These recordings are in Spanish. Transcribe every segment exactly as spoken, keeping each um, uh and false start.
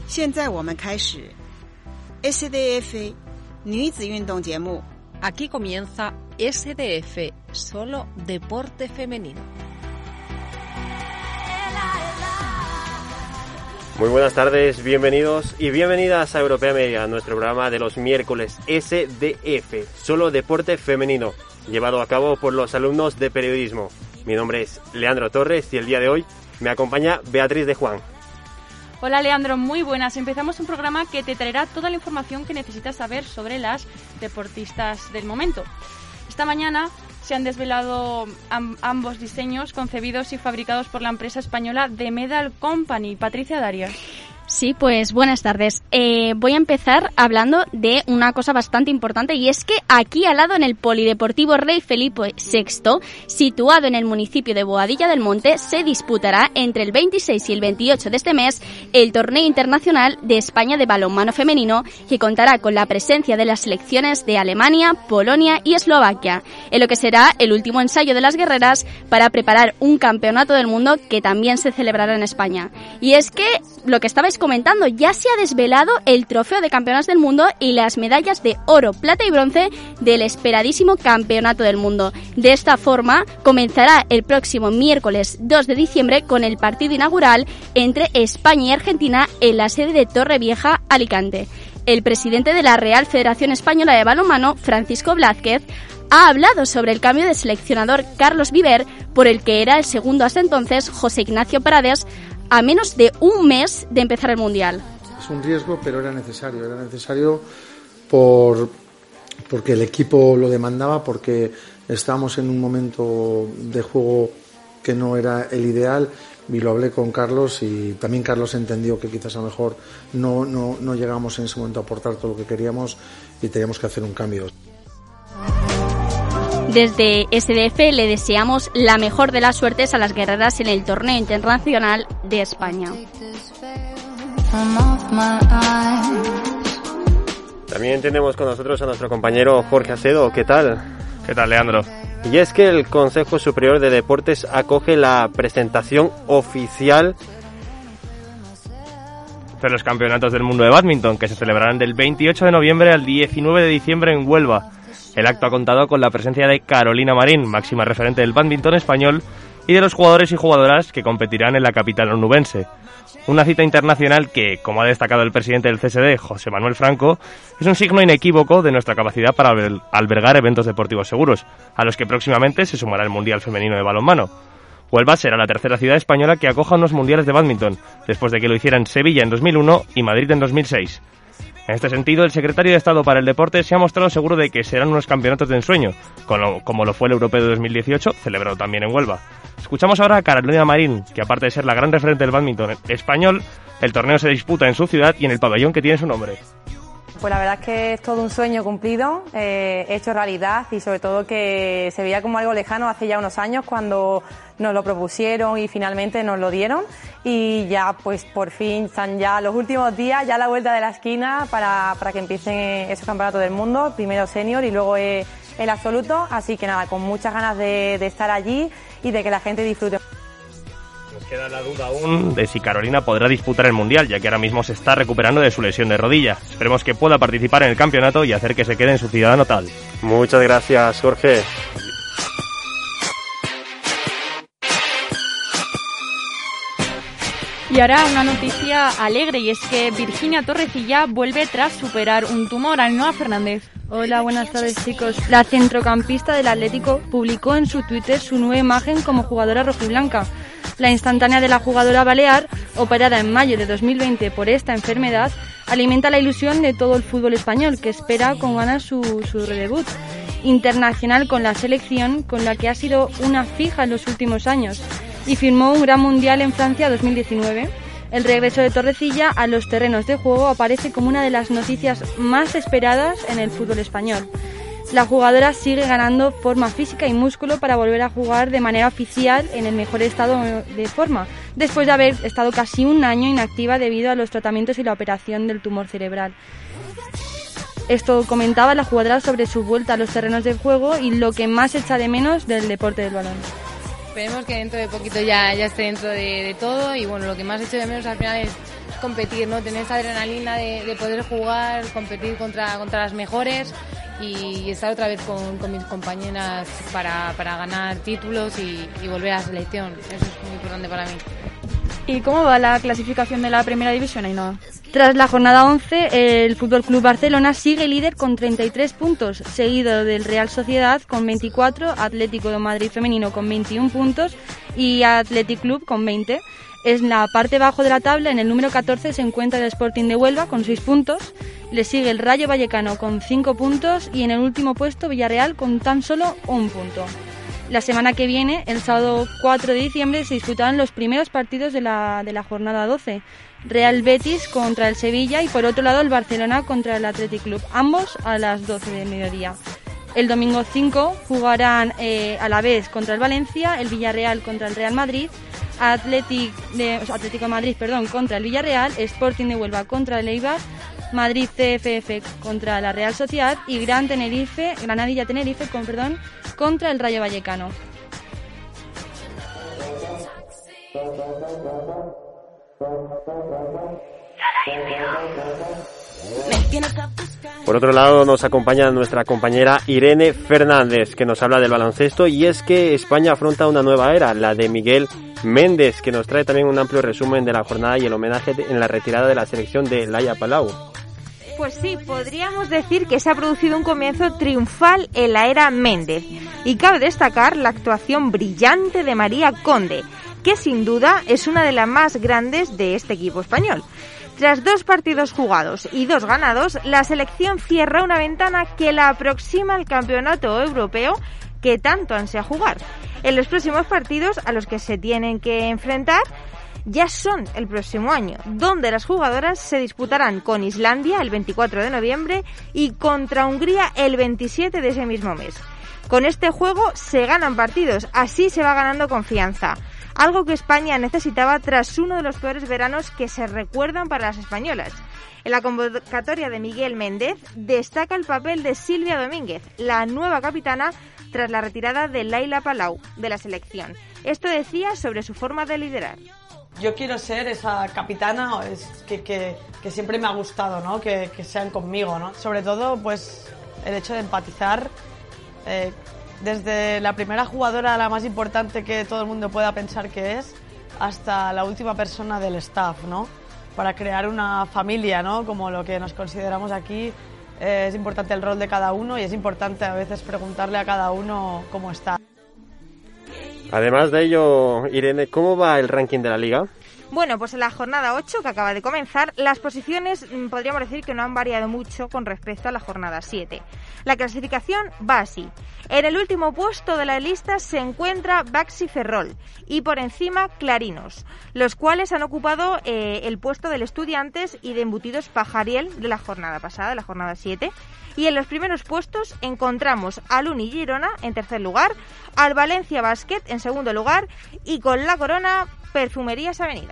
现在我们开始 S D F 女子运动节目。 Aquí comienza S D F, solo deporte femenino. Muy buenas tardes, bienvenidos y bienvenidas a Europea Media, nuestro programa de los miércoles S D F, solo deporte femenino, llevado a cabo por los alumnos de periodismo. Mi nombre es Leandro Torres y el día de hoy me acompaña Beatriz de Juan. Hola Leandro, muy buenas. Empezamos un programa que te traerá toda la información que necesitas saber sobre las deportistas del momento. Esta mañana se han desvelado am- ambos diseños concebidos y fabricados por la empresa española The Medal Company. Patricia Darias. Sí, pues buenas tardes. Eh, voy a empezar hablando de una cosa bastante importante y es que aquí al lado en el Polideportivo Rey Felipe sexto, situado en el municipio de Boadilla del Monte, se disputará entre el veintiséis y el veintiocho de este mes el Torneo Internacional de España de Balonmano Femenino, que contará con la presencia de las selecciones de Alemania, Polonia y Eslovaquia, en lo que será el último ensayo de las guerreras para preparar un campeonato del mundo que también se celebrará en España. Y es que lo que estabais comentando, ya se ha desvelado el trofeo de campeonas del mundo y las medallas de oro, plata y bronce del esperadísimo campeonato del mundo. De esta forma comenzará el próximo miércoles dos de diciembre con el partido inaugural entre España y Argentina en la sede de Torrevieja, Alicante. El presidente de la Real Federación Española de Balonmano, Francisco Blázquez, ha hablado sobre el cambio de seleccionador Carlos Viver, por el que era el segundo hasta entonces José Ignacio Prades, a menos de un mes de empezar el Mundial. Es un riesgo, pero era necesario. Era necesario por, porque el equipo lo demandaba, porque estábamos en un momento de juego que no era el ideal, y lo hablé con Carlos y también Carlos entendió que quizás a lo mejor no, no, no llegamos en ese momento a aportar todo lo que queríamos y teníamos que hacer un cambio. Desde S D F le deseamos la mejor de las suertes a las guerreras en el Torneo Internacional de España. También tenemos con nosotros a nuestro compañero Jorge Acedo. ¿Qué tal? ¿Qué tal, Leandro? Y es que el Consejo Superior de Deportes acoge la presentación oficial de los campeonatos del mundo de bádminton, que se celebrarán del veintiocho de noviembre al diecinueve de diciembre en Huelva. El acto ha contado con la presencia de Carolina Marín, máxima referente del bádminton español, y de los jugadores y jugadoras que competirán en la capital onubense. Una cita internacional que, como ha destacado el presidente del C S D, José Manuel Franco, es un signo inequívoco de nuestra capacidad para albergar eventos deportivos seguros, a los que próximamente se sumará el Mundial Femenino de Balonmano. Huelva será la tercera ciudad española que acoja unos mundiales de bádminton, después de que lo hicieran Sevilla en dos mil uno y Madrid en dos mil seis. En este sentido, el secretario de Estado para el Deporte se ha mostrado seguro de que serán unos campeonatos de ensueño, como lo fue el Europeo de dos mil dieciocho, celebrado también en Huelva. Escuchamos ahora a Carolina Marín, que aparte de ser la gran referente del bádminton español, el torneo se disputa en su ciudad y en el pabellón que tiene su nombre. Pues la verdad es que es todo un sueño cumplido, eh, hecho realidad, y sobre todo que se veía como algo lejano hace ya unos años cuando nos lo propusieron y finalmente nos lo dieron, y ya pues por fin están ya los últimos días, ya a la vuelta de la esquina para, para que empiecen esos campeonatos del mundo, primero senior y luego eh, el absoluto, así que nada, con muchas ganas de, de estar allí y de que la gente disfrute. Nos queda la duda aún de si Carolina podrá disputar el Mundial, ya que ahora mismo se está recuperando de su lesión de rodilla. Esperemos que pueda participar en el campeonato y hacer que se quede en su ciudad natal. Muchas gracias, Jorge. Y ahora una noticia alegre, y es que Virginia Torrecilla vuelve tras superar un tumor. Ainhoa Fernández. Hola, buenas tardes, chicos. La centrocampista del Atlético publicó en su Twitter su nueva imagen como jugadora rojiblanca. La instantánea de la jugadora balear, operada en mayo de dos mil veinte por esta enfermedad, alimenta la ilusión de todo el fútbol español, que espera con ganas su, su redebut internacional con la selección, con la que ha sido una fija en los últimos años, y firmó un gran mundial en Francia dos mil diecinueve. El regreso de Torrecilla a los terrenos de juego aparece como una de las noticias más esperadas en el fútbol español. La jugadora sigue ganando forma física y músculo para volver a jugar de manera oficial en el mejor estado de forma, después de haber estado casi un año inactiva debido a los tratamientos y la operación del tumor cerebral. Esto comentaba la jugadora sobre su vuelta a los terrenos de juego y lo que más echa de menos del deporte del balón. Esperemos que dentro de poquito ya, ya esté dentro de, de todo, y bueno, lo que más echo de menos al final es competir, ¿no? Tener esa adrenalina de, de poder jugar, competir contra, contra las mejores y estar otra vez con, con mis compañeras para, para ganar títulos y, y volver a la selección. Eso es muy importante para mí. ¿Y cómo va la clasificación de la Primera División, Ainhoa? Tras la jornada once, el Fútbol Club Barcelona sigue líder con treinta y tres puntos, seguido del Real Sociedad con veinticuatro, Atlético de Madrid femenino con veintiún puntos y Athletic Club con veinte. En la parte bajo de la tabla, en el número catorce, se encuentra el Sporting de Huelva con seis puntos, le sigue el Rayo Vallecano con cinco puntos y en el último puesto Villarreal con tan solo un punto. La semana que viene, el sábado cuatro de diciembre, se disputarán los primeros partidos de la, de la jornada doce. Real Betis contra el Sevilla y por otro lado el Barcelona contra el Athletic Club, ambos a las doce del mediodía. El domingo cinco jugarán eh, Alavés contra el Valencia, el Villarreal contra el Real Madrid, Athletic de, o sea, Atlético de Madrid perdón, contra el Villarreal, Sporting de Huelva contra el Eibar, Madrid C F F contra la Real Sociedad y Gran Tenerife, Granadilla Tenerife con, perdón, contra el Rayo Vallecano. Por otro lado nos acompaña nuestra compañera Irene Fernández, que nos habla del baloncesto, y es que España afronta una nueva era, la de Miguel Méndez, que nos trae también un amplio resumen de la jornada y el homenaje en la retirada de la selección de Laia Palau. Pues sí, podríamos decir que se ha producido un comienzo triunfal en la era Méndez, y cabe destacar la actuación brillante de María Conde, que sin duda es una de las más grandes de este equipo español. Tras dos partidos jugados y dos ganados, la selección cierra una ventana que la aproxima al campeonato europeo que tanto ansía jugar. En los próximos partidos a los que se tienen que enfrentar ya son el próximo año, donde las jugadoras se disputarán con Islandia el veinticuatro de noviembre y contra Hungría el veintisiete de ese mismo mes. Con este juego se ganan partidos, así se va ganando confianza, algo que España necesitaba tras uno de los peores veranos que se recuerdan para las españolas. En la convocatoria de Miguel Méndez destaca el papel de Silvia Domínguez, la nueva capitana tras la retirada de Laia Palau de la selección. Esto decía sobre su forma de liderar. Yo quiero ser esa capitana es que, que, que siempre me ha gustado, ¿no? Que, que sean conmigo, ¿no? Sobre todo, pues, el hecho de empatizar. Eh, desde la primera jugadora, la más importante que todo el mundo pueda pensar que es, hasta la última persona del staff, ¿no? Para crear una familia, ¿no? Como lo que nos consideramos aquí, eh, es importante el rol de cada uno y es importante a veces preguntarle a cada uno cómo está. Además de ello, Irene, ¿cómo va el ranking de la Liga? Bueno, pues en la jornada ocho, que acaba de comenzar, las posiciones podríamos decir que no han variado mucho con respecto a la jornada siete. La clasificación va así. En el último puesto de la lista se encuentra Baxi Ferrol y por encima Clarinos, los cuales han ocupado eh, el puesto del Estudiantes y de Embutidos Pajariel de la jornada pasada, de la jornada siete. Y en los primeros puestos encontramos al Uni Girona en tercer lugar, al Valencia Basket en segundo lugar y con la corona Perfumerías Avenida.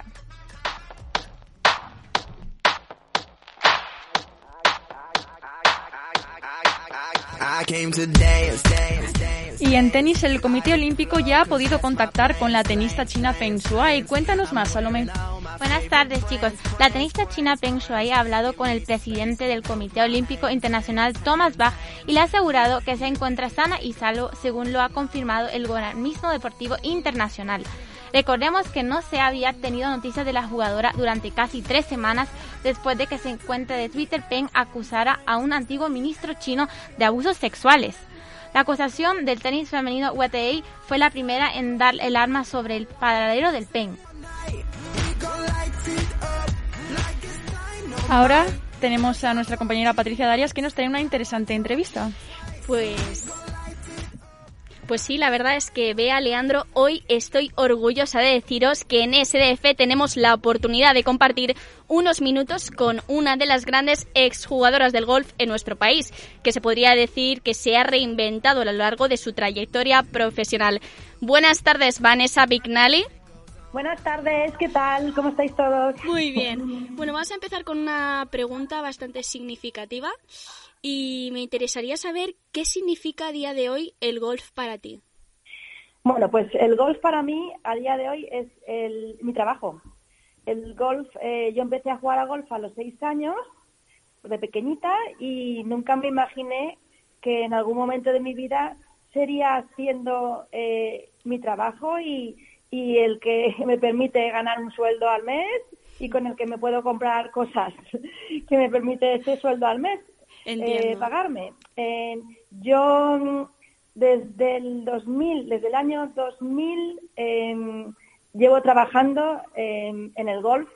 Y en tenis, el Comité Olímpico ya ha podido contactar con la tenista china Peng Shuai. Cuéntanos más, Salomé. Buenas tardes, chicos. La tenista china Peng Shuai ha hablado con el presidente del Comité Olímpico Internacional, Thomas Bach, y le ha asegurado que se encuentra sana y salvo, según lo ha confirmado el Organismo Deportivo Internacional. Recordemos que no se había tenido noticias de la jugadora durante casi tres semanas después de que su cuenta de Twitter Peng acusara a un antiguo ministro chino de abusos sexuales. La acusación del tenis femenino W T A fue la primera en dar el arma sobre el paradero del Peng. Ahora tenemos a nuestra compañera Patricia Darias, que nos trae una interesante entrevista. Pues... Pues sí, la verdad es que, Bea, Leandro, hoy estoy orgullosa de deciros que en S D F tenemos la oportunidad de compartir unos minutos con una de las grandes exjugadoras del golf en nuestro país, que se podría decir que se ha reinventado a lo largo de su trayectoria profesional. Buenas tardes, Vanessa Vignali. Buenas tardes, ¿qué tal? ¿Cómo estáis todos? Muy bien. Bueno, vamos a empezar con una pregunta bastante significativa. Y me interesaría saber qué significa a día de hoy el golf para ti. Bueno, pues el golf para mí a día de hoy es el, mi trabajo. el golf, eh, yo empecé a jugar a golf a los seis años, de pequeñita, y nunca me imaginé que en algún momento de mi vida sería haciendo eh, mi trabajo y, y el que me permite ganar un sueldo al mes y con el que me puedo comprar cosas que me permite ese sueldo al mes eh, pagarme. Eh, yo desde el dos mil, desde el año dos mil eh, llevo trabajando eh, en el golf,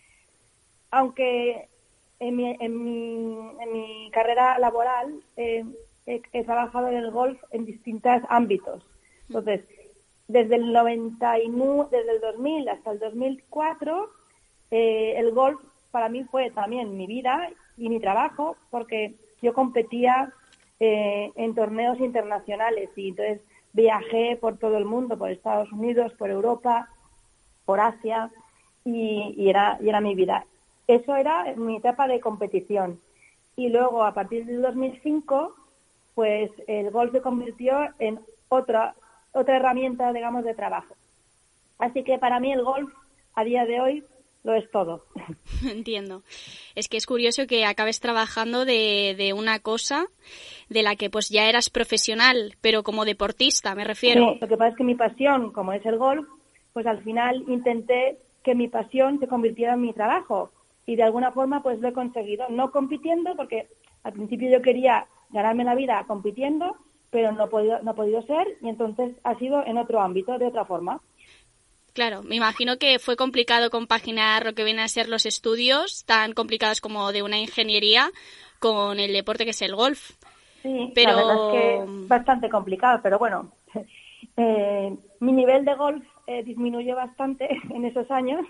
aunque en mi, en mi, en mi carrera laboral eh, he, he trabajado en el golf en distintos ámbitos. Entonces, desde el noventa y nueve, desde el dos mil hasta el dos mil cuatro, eh, el golf para mí fue también mi vida y mi trabajo, porque yo competía eh, en torneos internacionales y entonces viajé por todo el mundo, por Estados Unidos, por Europa, por Asia, y, y era y era mi vida. Eso era mi etapa de competición. Y luego, a partir del dos mil cinco, pues el golf se convirtió en otra otra herramienta, digamos, de trabajo. Así que para mí el golf, a día de hoy, lo es todo. Entiendo. Es que es curioso que acabes trabajando de, de una cosa de la que pues ya eras profesional, pero como deportista, me refiero. Sí, lo que pasa es que mi pasión, como es el golf, pues al final intenté que mi pasión se convirtiera en mi trabajo. Y de alguna forma pues lo he conseguido. No compitiendo, porque al principio yo quería ganarme la vida compitiendo, pero no ha podido, no ha podido ser, y entonces ha sido en otro ámbito, de otra forma. Claro, me imagino que fue complicado compaginar lo que vienen a ser los estudios, tan complicados como de una ingeniería, con el deporte que es el golf. Sí, pero... la verdad es que es bastante complicado, pero bueno, eh, mi nivel de golf eh, disminuyó bastante en esos años,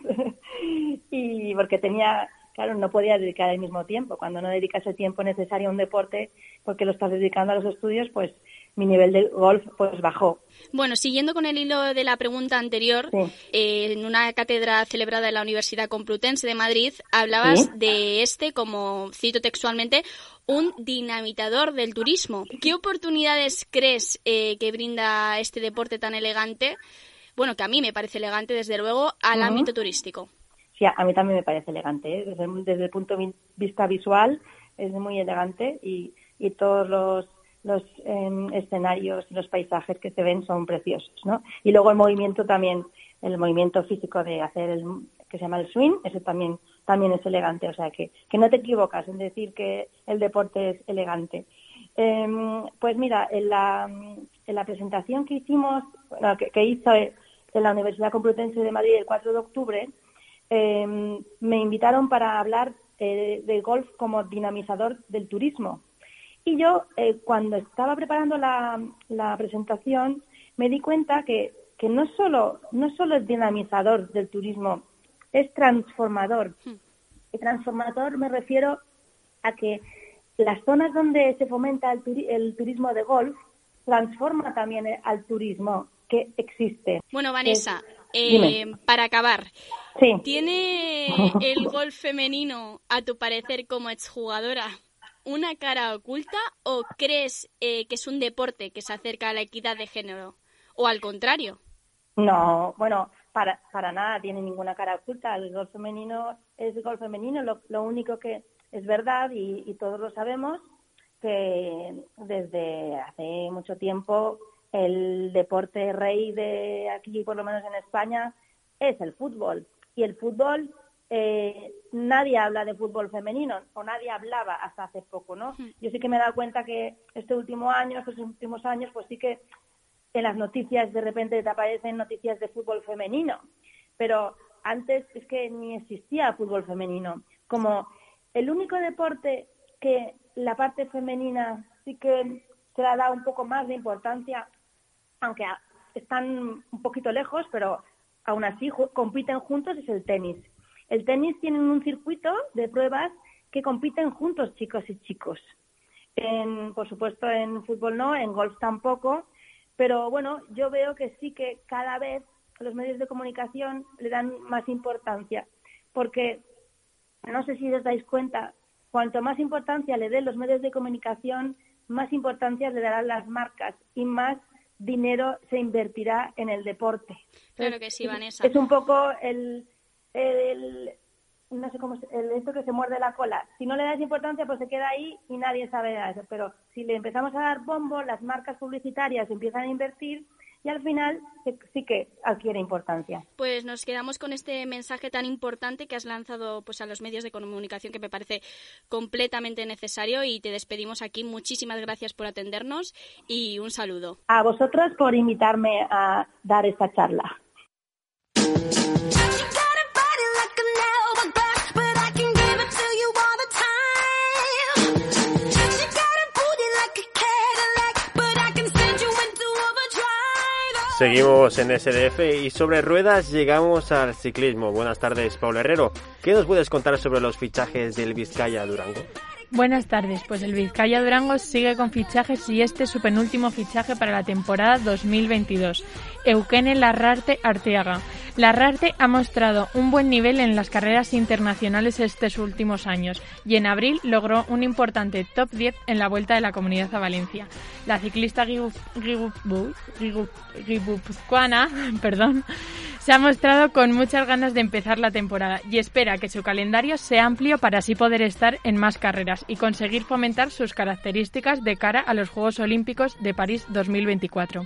y porque tenía... Claro, no podía dedicar el mismo tiempo. Cuando no dedicas el tiempo necesario a un deporte porque lo estás dedicando a los estudios, pues mi nivel de golf pues bajó. Bueno, siguiendo con el hilo de la pregunta anterior, sí. eh, en una cátedra celebrada en la Universidad Complutense de Madrid, hablabas ¿Sí? de este, como cito textualmente, un dinamitador del turismo. ¿Qué oportunidades crees eh, que brinda este deporte tan elegante? Bueno, que a mí me parece elegante, desde luego, al uh-huh. ámbito turístico. Sí, a mí también me parece elegante, ¿eh? desde, desde el punto de vista visual es muy elegante, y, y todos los, los eh, escenarios y los paisajes que se ven son preciosos, ¿no? Y luego el movimiento también, el movimiento físico de hacer el que se llama el swing, ese también también es elegante, o sea que, que no te equivocas en decir que el deporte es elegante. Eh, pues mira, en la, en la presentación que hicimos, bueno, que, que hizo en la Universidad Complutense de Madrid el cuatro de octubre, Eh, me invitaron para hablar eh, del golf como dinamizador del turismo. Y yo, eh, cuando estaba preparando la, la presentación, me di cuenta que, que no solo no solo es dinamizador del turismo, es transformador. Y transformador me refiero a que las zonas donde se fomenta el, turi- el turismo de golf transforma también al turismo que existe. Bueno, Vanessa, eh, para acabar, sí. ¿tiene el golf femenino, a tu parecer, como exjugadora, una cara oculta, o crees eh, que es un deporte que se acerca a la equidad de género, o al contrario? No, bueno, para para nada tiene ninguna cara oculta. El golf femenino es golf femenino. Lo, lo único que es verdad, y, y todos lo sabemos, que desde hace mucho tiempo el deporte rey de aquí, por lo menos en España, es el fútbol. Y el fútbol, eh, nadie habla de fútbol femenino, o nadie hablaba hasta hace poco, ¿no? Yo sí que me he dado cuenta que este último año, estos últimos años, pues sí que en las noticias de repente te aparecen noticias de fútbol femenino. Pero antes es que ni existía fútbol femenino. Como el único deporte que la parte femenina sí que se le ha dado un poco más de importancia, aunque están un poquito lejos, pero aún así ju- compiten juntos, es el tenis. El tenis tiene un circuito de pruebas que compiten juntos chicos y chicos. En, por supuesto, en fútbol no, en golf tampoco, pero bueno, yo veo que sí que cada vez los medios de comunicación le dan más importancia, porque no sé si os dais cuenta, cuanto más importancia le den los medios de comunicación, más importancia le darán las marcas y más dinero se invertirá en el deporte. Claro que sí, Vanessa. Es un poco el, el, no sé cómo, el, esto que se muerde la cola. Si no le das importancia, pues se queda ahí y nadie sabe de eso. Pero si le empezamos a dar bombo, las marcas publicitarias empiezan a invertir y al final sí que adquiere importancia. Pues nos quedamos con este mensaje tan importante que has lanzado pues a los medios de comunicación, que me parece completamente necesario, y te despedimos aquí. Muchísimas gracias por atendernos y un saludo. A vosotros por invitarme a dar esta charla. Seguimos en S D F y sobre ruedas llegamos al ciclismo. Buenas tardes, Pablo Herrero. ¿Qué nos puedes contar sobre los fichajes del Vizcaya Durango? Buenas tardes, pues el Vizcaya Durango sigue con fichajes y este es su penúltimo fichaje para la temporada dos mil veintidós. Eukene Larrarte Arteaga. Larrarte ha mostrado un buen nivel en las carreras internacionales estos últimos años y en abril logró un importante top diez en la Vuelta de la Comunidad a Valencia. La ciclista guipuzcoana perdón, se ha mostrado con muchas ganas de empezar la temporada y espera que su calendario sea amplio para así poder estar en más carreras y conseguir fomentar sus características de cara a los Juegos Olímpicos de París dos mil veinticuatro.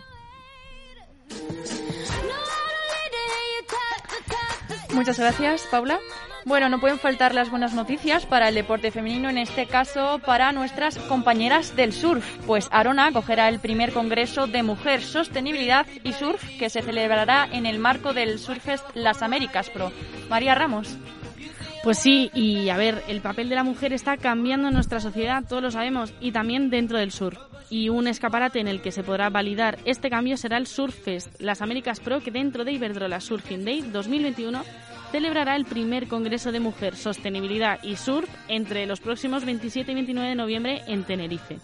Muchas gracias, Paula. Bueno, no pueden faltar las buenas noticias para el deporte femenino, en este caso para nuestras compañeras del surf, pues Arona acogerá el primer congreso de Mujer, Sostenibilidad y Surf que se celebrará en el marco del Surfest Las Américas Pro. María Ramos. Pues sí, y a ver, el papel de la mujer está cambiando en nuestra sociedad, todos lo sabemos, y también dentro del surf. Y un escaparate en el que se podrá validar este cambio será el Surfest Las Américas Pro, que dentro de Iberdrola Surfing Day dos mil veintiuno celebrará el primer Congreso de Mujer, Sostenibilidad y Surf entre los próximos veintisiete y veintinueve de noviembre en Tenerife.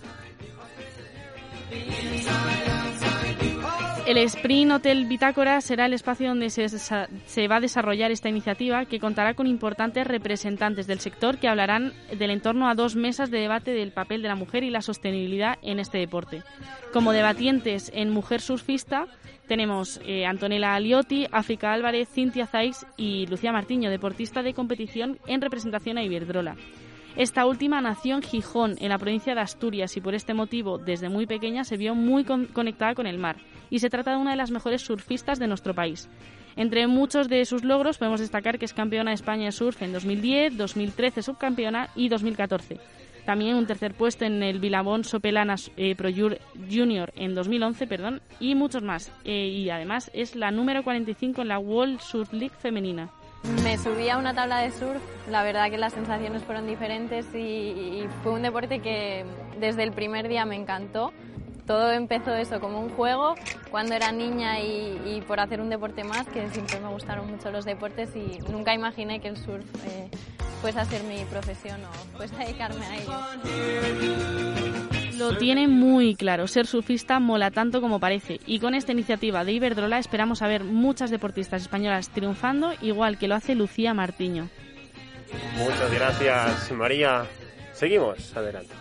El Sprint Hotel Bitácora será el espacio donde se, se va a desarrollar esta iniciativa, que contará con importantes representantes del sector que hablarán del entorno a dos mesas de debate del papel de la mujer y la sostenibilidad en este deporte. Como debatientes en Mujer Surfista tenemos eh, Antonella Aliotti, África Álvarez, Cintia Zais y Lucía Martiño, deportista de competición en representación a Iberdrola. Esta última nació en Gijón, en la provincia de Asturias, y por este motivo, desde muy pequeña, se vio muy con- conectada con el mar, y se trata de una de las mejores surfistas de nuestro país. Entre muchos de sus logros podemos destacar que es campeona de España de surf en dos mil diez, dos mil trece subcampeona y dos mil catorce. También un tercer puesto en el Billabong Sopelana eh, Pro Junior en dos mil once, perdón, y muchos más. Eh, y además es la número cuarenta y cinco en la World Surf League femenina. Me subí a una tabla de surf, la verdad que las sensaciones fueron diferentes y, y fue un deporte que desde el primer día me encantó. Todo empezó eso como un juego cuando era niña y, y por hacer un deporte más, que siempre me gustaron mucho los deportes y nunca imaginé que el surf eh, fuese a ser mi profesión o fuese a dedicarme a ello. Lo tiene muy claro, ser surfista mola tanto como parece, y con esta iniciativa de Iberdrola esperamos a ver muchas deportistas españolas triunfando, igual que lo hace Lucía Martiño. Muchas gracias, María. Seguimos, adelante.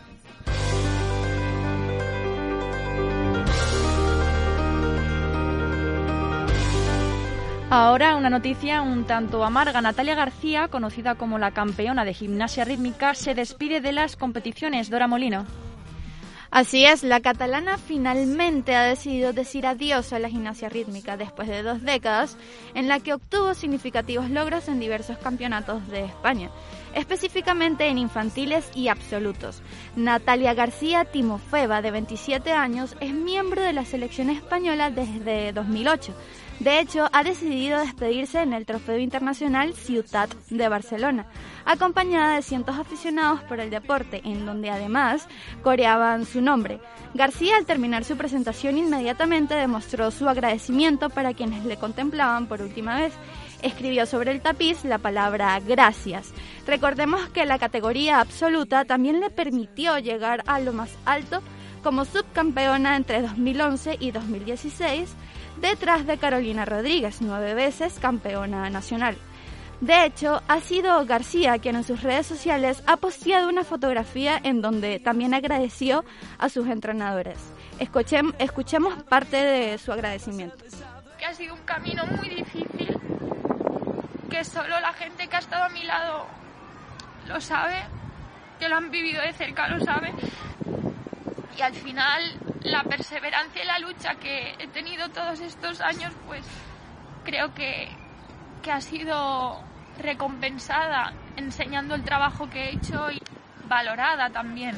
Ahora una noticia un tanto amarga. Natalia García, conocida como la campeona de gimnasia rítmica, se despide de las competiciones. Dora Molino. Así es, la catalana finalmente ha decidido decir adiós a la gimnasia rítmica después de dos décadas en la que obtuvo significativos logros en diversos campeonatos de España, específicamente en infantiles y absolutos. Natalia García Timofeva, de veintisiete años, es miembro de la selección española desde dos mil ocho. De hecho, ha decidido despedirse en el Trofeo Internacional Ciutat de Barcelona, acompañada de cientos aficionados por el deporte, en donde además coreaban su nombre. García, al terminar su presentación, inmediatamente demostró su agradecimiento para quienes le contemplaban por última vez. Escribió sobre el tapiz la palabra gracias. Recordemos que la categoría absoluta también le permitió llegar a lo más alto como subcampeona entre dos mil once y dos mil dieciséis, detrás de Carolina Rodríguez, nueve veces campeona nacional. De hecho, ha sido García quien en sus redes sociales ha posteado una fotografía en donde también agradeció a sus entrenadores. Escuchem, escuchemos parte de su agradecimiento. Que ha sido un camino muy difícil, que que solo la gente que ha estado a mi lado lo sabe, que lo han vivido de cerca lo sabe. Y al final la perseverancia y la lucha que he tenido todos estos años, pues creo que, que ha sido recompensada enseñando el trabajo que he hecho y valorada también.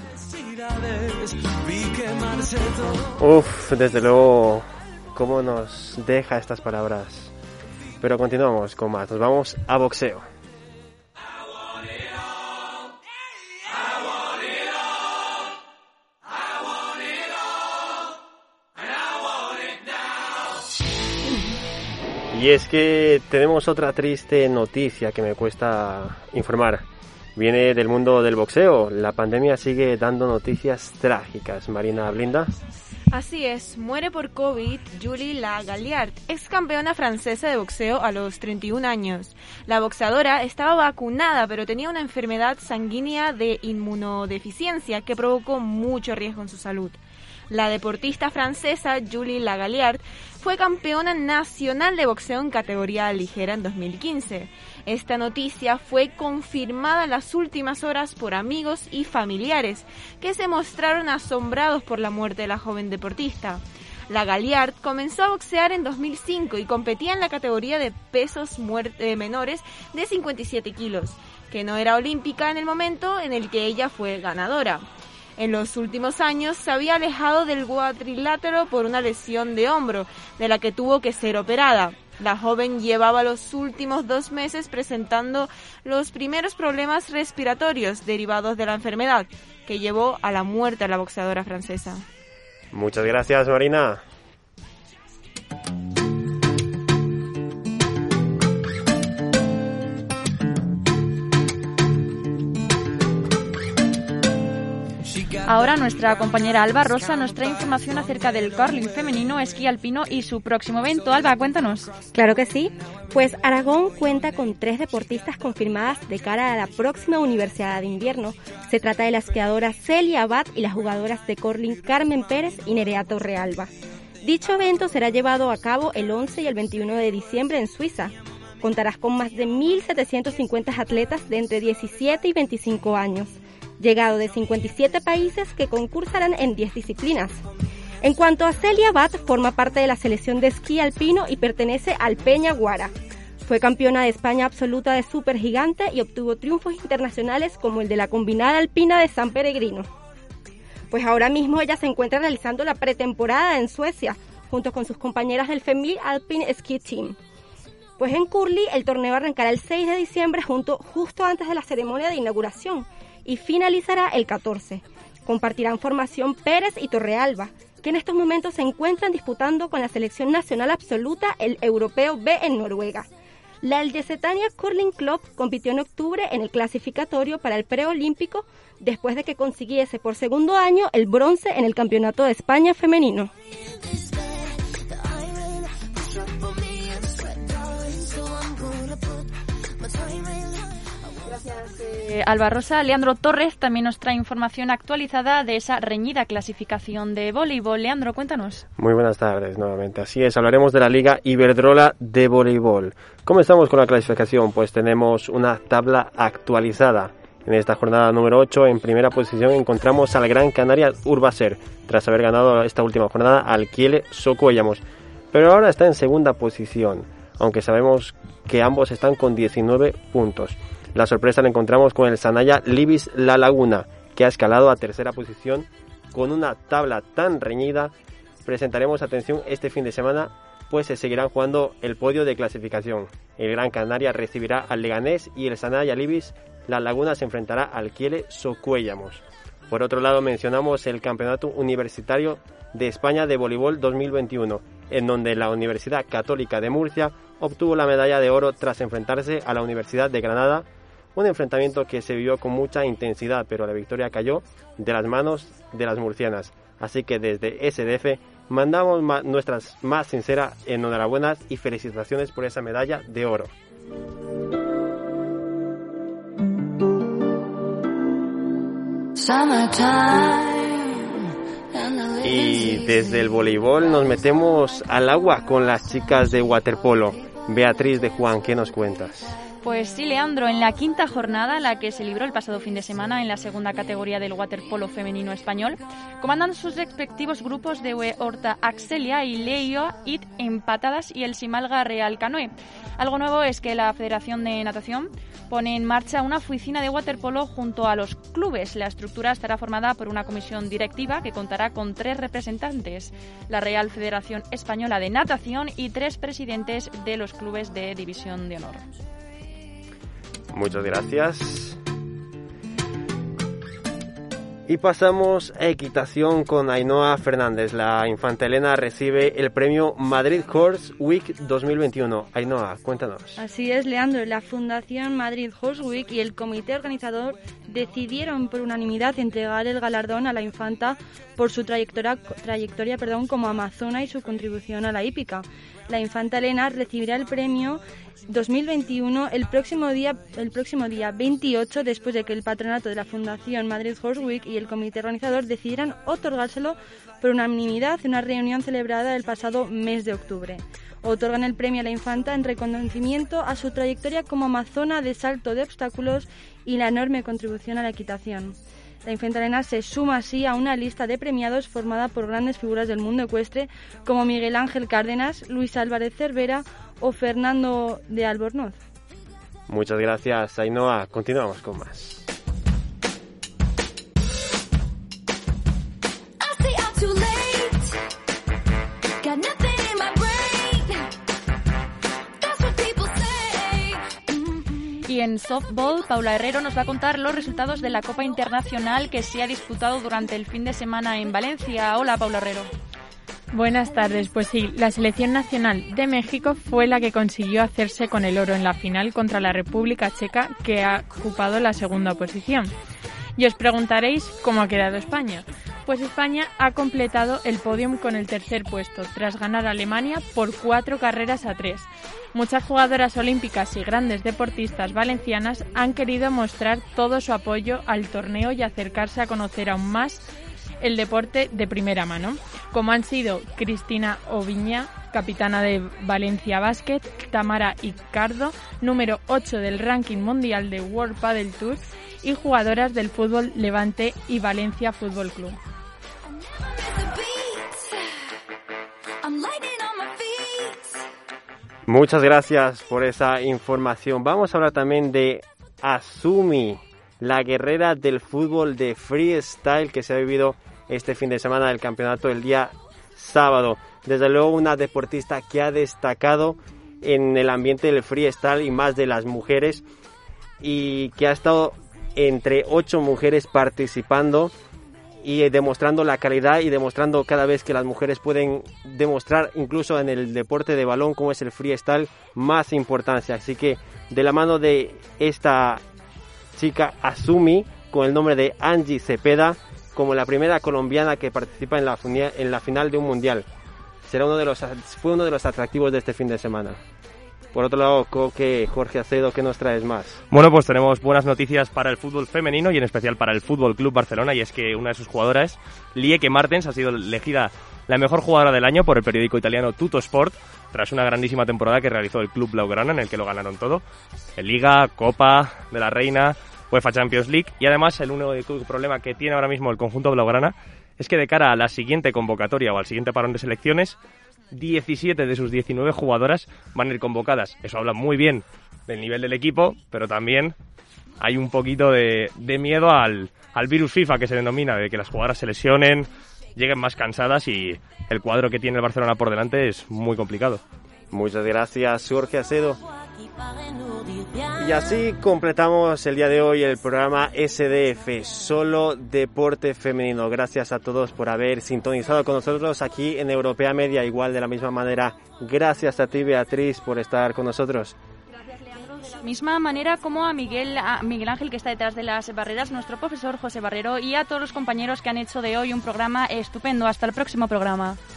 Uf, desde luego, cómo nos deja estas palabras. Pero continuamos con más, nos vamos a boxeo. Y es que tenemos otra triste noticia que me cuesta informar. Viene del mundo del boxeo. La pandemia sigue dando noticias trágicas. Marina Blinda. Así es, muere por COVID Julie Lagaliard, ex campeona francesa de boxeo a los treinta y un años. La boxeadora estaba vacunada, pero tenía una enfermedad sanguínea de inmunodeficiencia que provocó mucho riesgo en su salud. La deportista francesa Julie Lagaliard fue campeona nacional de boxeo en categoría ligera en dos mil quince. Esta noticia fue confirmada en las últimas horas por amigos y familiares, que se mostraron asombrados por la muerte de la joven deportista. Lagaliard comenzó a boxear en dos mil cinco y competía en la categoría de pesos muerte, menores de cincuenta y siete kilos, que no era olímpica en el momento en el que ella fue ganadora. En los últimos años se había alejado del cuadrilátero por una lesión de hombro, de la que tuvo que ser operada. La joven llevaba los últimos dos meses presentando los primeros problemas respiratorios derivados de la enfermedad, que llevó a la muerte a la boxeadora francesa. Muchas gracias, Marina. Ahora nuestra compañera Alba Rosa nos trae información acerca del curling femenino, esquí alpino y su próximo evento. Alba, cuéntanos. Claro que sí. Pues Aragón cuenta con tres deportistas confirmadas de cara a la próxima Universidad de Invierno. Se trata de la esquiadora Celia Abad y las jugadoras de curling Carmen Pérez y Nerea Torrealba. Dicho evento será llevado a cabo el once y el veintiuno de diciembre en Suiza. Contarás con más de mil setecientos cincuenta atletas de entre diecisiete y veinticinco años. Llegado de cincuenta y siete países que concursarán en diez disciplinas. En cuanto a Celia Abad, forma parte de la selección de esquí alpino y pertenece al Peña Guara. Fue campeona de España absoluta de supergigante y obtuvo triunfos internacionales como el de la combinada alpina de San Peregrino. Pues ahora mismo ella se encuentra realizando la pretemporada en Suecia, junto con sus compañeras del Female Alpine Ski Team. Pues en curling el torneo arrancará el seis de diciembre junto, justo antes de la ceremonia de inauguración, y finalizará el catorce. Compartirán formación Pérez y Torrealba, que en estos momentos se encuentran disputando con la selección nacional absoluta el Europeo B en Noruega. La Elgesetania Curling Club compitió en octubre en el clasificatorio para el preolímpico después de que consiguiese por segundo año el bronce en el Campeonato de España femenino. Gracias, eh, Alba Rosa. Leandro Torres también nos trae información actualizada de esa reñida clasificación de voleibol. Leandro, cuéntanos. Muy buenas tardes nuevamente. Así es, hablaremos de la Liga Iberdrola de voleibol. ¿Cómo estamos con la clasificación? Pues tenemos una tabla actualizada. En esta jornada número ocho, en primera posición, encontramos al Gran Canaria Urbaser, tras haber ganado esta última jornada al Kiele Socuellamos. Pero ahora está en segunda posición, aunque sabemos que ambos están con diecinueve puntos. La sorpresa la encontramos con el Sanaya Libis La Laguna, que ha escalado a tercera posición con una tabla tan reñida. Presentaremos atención este fin de semana, pues se seguirán jugando el podio de clasificación. El Gran Canaria recibirá al Leganés y el Sanaya Libis La Laguna se enfrentará al Kiele Socuellamos. Por otro lado, mencionamos el Campeonato Universitario de España de Voleibol dos mil veintiuno, en donde la Universidad Católica de Murcia obtuvo la medalla de oro tras enfrentarse a la Universidad de Granada. Un enfrentamiento que se vivió con mucha intensidad, pero la victoria cayó de las manos de las murcianas. Así que desde S D F mandamos ma- nuestras más sinceras enhorabuenas y felicitaciones por esa medalla de oro. Y desde el voleibol nos metemos al agua con las chicas de waterpolo. Beatriz de Juan, ¿qué nos cuentas? Pues sí, Leandro, en la quinta jornada, la que se libró el pasado fin de semana en la segunda categoría del waterpolo femenino español, comandan sus respectivos grupos de Horta Axelia y Leioa It empatadas y el Simalga Real Canoe. Algo nuevo es que la Federación de Natación pone en marcha una oficina de waterpolo junto a los clubes. La estructura estará formada por una comisión directiva que contará con tres representantes, la Real Federación Española de Natación y tres presidentes de los clubes de División de Honor. Muchas gracias. Y pasamos a equitación con Ainhoa Fernández. La Infanta Elena recibe el premio Madrid Horse Week dos mil veintiuno. Ainhoa, cuéntanos. Así es, Leandro. La Fundación Madrid Horse Week y el comité organizador decidieron por unanimidad entregar el galardón a la infanta por su trayectoria, trayectoria perdón, como amazona y su contribución a la hípica. La Infanta Elena recibirá el premio dos mil veintiuno el próximo día el próximo día veintiocho, después de que el patronato de la Fundación Madrid Horse Week y el comité organizador decidieran otorgárselo por unanimidad en una reunión celebrada el pasado mes de octubre. Otorgan el premio a la infanta en reconocimiento a su trayectoria como amazona de salto de obstáculos y la enorme contribución a la equitación. La Infanta Elena se suma así a una lista de premiados formada por grandes figuras del mundo ecuestre como Miguel Ángel Cárdenas, Luis Álvarez Cervera o Fernando de Albornoz. Muchas gracias, Ainhoa. Continuamos con más. Y en softball, Paula Herrero nos va a contar los resultados de la Copa Internacional que se ha disputado durante el fin de semana en Valencia. Hola, Paula Herrero. Buenas tardes. Pues sí, la selección nacional de México fue la que consiguió hacerse con el oro en la final contra la República Checa, que ha ocupado la segunda posición. Y os preguntaréis cómo ha quedado España. Pues España ha completado el podium con el tercer puesto, tras ganar a Alemania por cuatro carreras a tres. Muchas jugadoras olímpicas y grandes deportistas valencianas han querido mostrar todo su apoyo al torneo y acercarse a conocer aún más el deporte de primera mano, como han sido Cristina Oviña, capitana de Valencia Basket, Tamara Icardo, número ocho del ranking mundial de World Padel Tour, y jugadoras del fútbol Levante y Valencia Fútbol Club. Muchas gracias por esa información. Vamos a hablar también de Azumi, la guerrera del fútbol de freestyle que se ha vivido este fin de semana del campeonato el día sábado. Desde luego una deportista que ha destacado en el ambiente del freestyle y más de las mujeres, y que ha estado entre ocho mujeres participando y demostrando la calidad y demostrando cada vez que las mujeres pueden demostrar incluso en el deporte de balón como es el freestyle más importancia. Así que de la mano de esta chica Azumi, con el nombre de Angie Cepeda, como la primera colombiana que participa en la, en la final de un mundial. Será uno de los, fue uno de los atractivos de este fin de semana. Por otro lado, Coque, Jorge Acedo, ¿qué nos traes más? Bueno, pues tenemos buenas noticias para el fútbol femenino y en especial para el Fútbol Club Barcelona, y es que una de sus jugadoras, Lieke Martens, ha sido elegida la mejor jugadora del año por el periódico italiano Tuttosport, tras una grandísima temporada que realizó el club blaugrana, en el que lo ganaron todo, en Liga, Copa de la Reina, UEFA Champions League, y además el único problema que tiene ahora mismo el conjunto blaugrana es que de cara a la siguiente convocatoria o al siguiente parón de selecciones, diecisiete de sus diecinueve jugadoras van a ir convocadas. Eso habla muy bien del nivel del equipo, pero también hay un poquito de, de miedo al, al virus FIFA, que se denomina, de que las jugadoras se lesionen, lleguen más cansadas, y el cuadro que tiene el Barcelona por delante es muy complicado. Muchas gracias, Jorge Acedo. Y así completamos el día de hoy el programa S D F, solo deporte femenino. Gracias a todos por haber sintonizado con nosotros aquí en Europea Media. Igual de la misma manera, gracias a ti, Beatriz, por estar con nosotros. De la misma manera como a Miguel, a Miguel Ángel, que está detrás de las barreras, nuestro profesor José Barrero, y a todos los compañeros que han hecho de hoy un programa estupendo. Hasta el próximo programa.